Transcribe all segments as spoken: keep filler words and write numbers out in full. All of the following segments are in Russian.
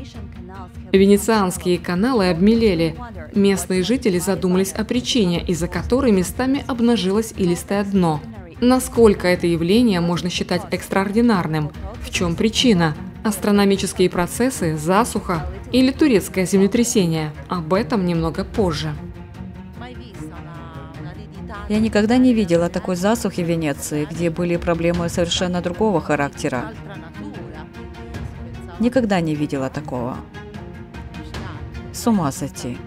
Венецианские каналы обмелели. Местные жители задумались о причине, из-за которой местами обнажилось илистое дно. Насколько это явление можно считать экстраординарным? В чем причина? Астрономические процессы, засуха или турецкое землетрясение? Об этом немного позже. Я никогда не видела такой засухи в Венеции, где были проблемы совершенно другого характера. Никогда не видела такого. С ума сойти.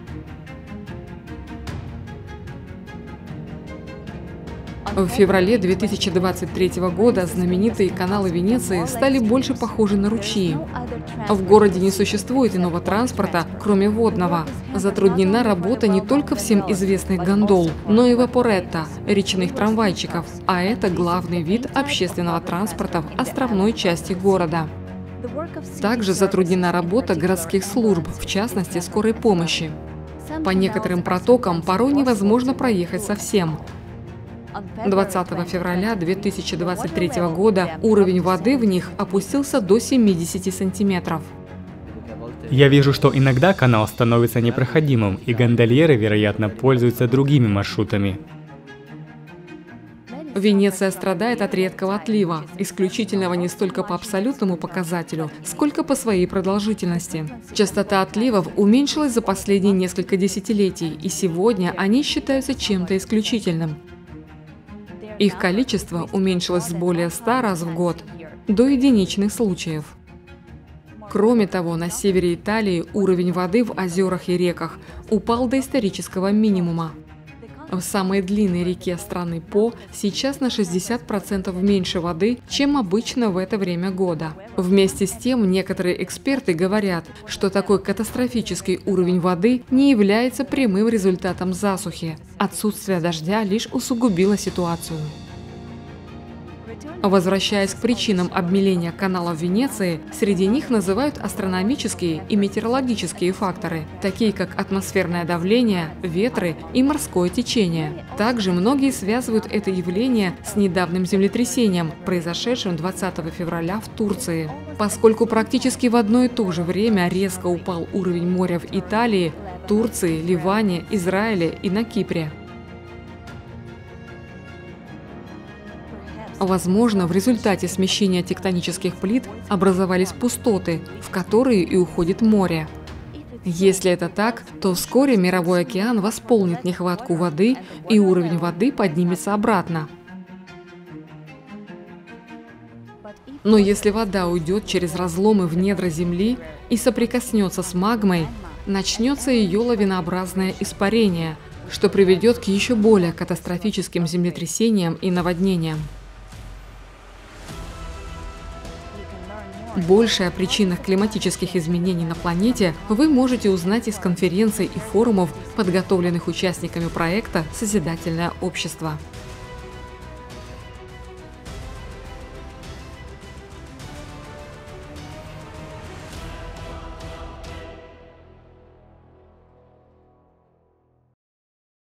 В феврале две тысячи двадцать третьего года знаменитые каналы Венеции стали больше похожи на ручьи. В городе не существует иного транспорта, кроме водного. Затруднена работа не только всем известных гондол, но и вапоретто, речных трамвайчиков, а это главный вид общественного транспорта в островной части города. Также затруднена работа городских служб, в частности скорой помощи. По некоторым протокам порой невозможно проехать совсем. двадцатого февраля две тысячи двадцать третьего года уровень воды в них опустился до семидесяти сантиметров. Я вижу, что иногда канал становится непроходимым, и гондольеры, вероятно, пользуются другими маршрутами. Венеция страдает от редкого отлива, исключительного не столько по абсолютному показателю, сколько по своей продолжительности. Частота отливов уменьшилась за последние несколько десятилетий, и сегодня они считаются чем-то исключительным. Их количество уменьшилось с более ста раз в год до единичных случаев. Кроме того, на севере Италии уровень воды в озерах и реках упал до исторического минимума. В самой длинной реке страны По сейчас на шестьдесят процентов меньше воды, чем обычно в это время года. Вместе с тем, некоторые эксперты говорят, что такой катастрофический уровень воды не является прямым результатом засухи. Отсутствие дождя лишь усугубило ситуацию. Возвращаясь к причинам обмеления канала в Венеции, среди них называют астрономические и метеорологические факторы, такие как атмосферное давление, ветры и морское течение. Также многие связывают это явление с недавним землетрясением, произошедшим двадцатого февраля в Турции. Поскольку практически в одно и то же время резко упал уровень моря в Италии, Турции, Ливане, Израиле и на Кипре. Возможно, в результате смещения тектонических плит образовались пустоты, в которые и уходит море. Если это так, то вскоре мировой океан восполнит нехватку воды, и уровень воды поднимется обратно. Но если вода уйдет через разломы в недра Земли и соприкоснется с магмой, начнется ее лавинообразное испарение, что приведет к еще более катастрофическим землетрясениям и наводнениям. Больше о причинах климатических изменений на планете вы можете узнать из конференций и форумов, подготовленных участниками проекта «Созидательное общество».